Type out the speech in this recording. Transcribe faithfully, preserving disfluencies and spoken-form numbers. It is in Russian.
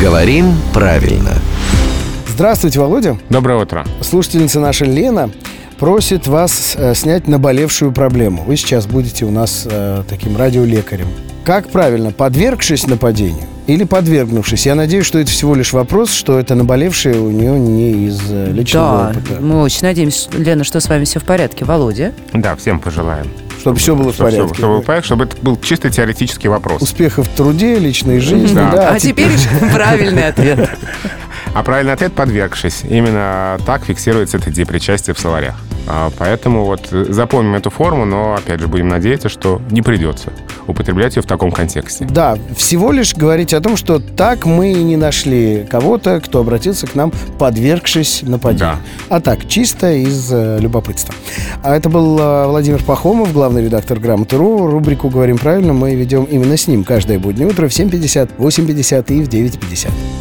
Говорим правильно. Здравствуйте, Володя. Доброе утро. Слушательница наша Лена просит вас э, снять наболевшую проблему. Вы сейчас будете у нас э, таким радиолекарем. Как правильно, подвергшись нападению или подвергнувшись? Я надеюсь, что это всего лишь вопрос, что это наболевшее у нее не из э, личного Да, опыта. мы очень надеемся, Лена, что с вами все в порядке. Володя? Да, всем пожелаем. Чтобы все было в Чтобы, порядке. чтобы, чтобы, чтобы, чтобы это был чисто теоретический вопрос. Успехов в труде, личной жизни. Да. Да, А теперь правильный ответ. А правильный ответ — подвергшись. Именно так фиксируется это депричастие в словарях. А, Поэтому вот запомним эту форму, но, опять же, будем надеяться, что не придется употреблять ее в таком контексте. Да, всего лишь говорить о том, что так мы и не нашли кого-то, кто обратился к нам, подвергшись нападению. Да. А так, чисто из э, любопытства. А это был э, Владимир Пахомов, главный редактор «Грамоты.ру». Рубрику «Говорим правильно» мы ведем именно с ним каждое буднее утро в семь пятьдесят, восемь пятьдесят и в девять пятьдесят.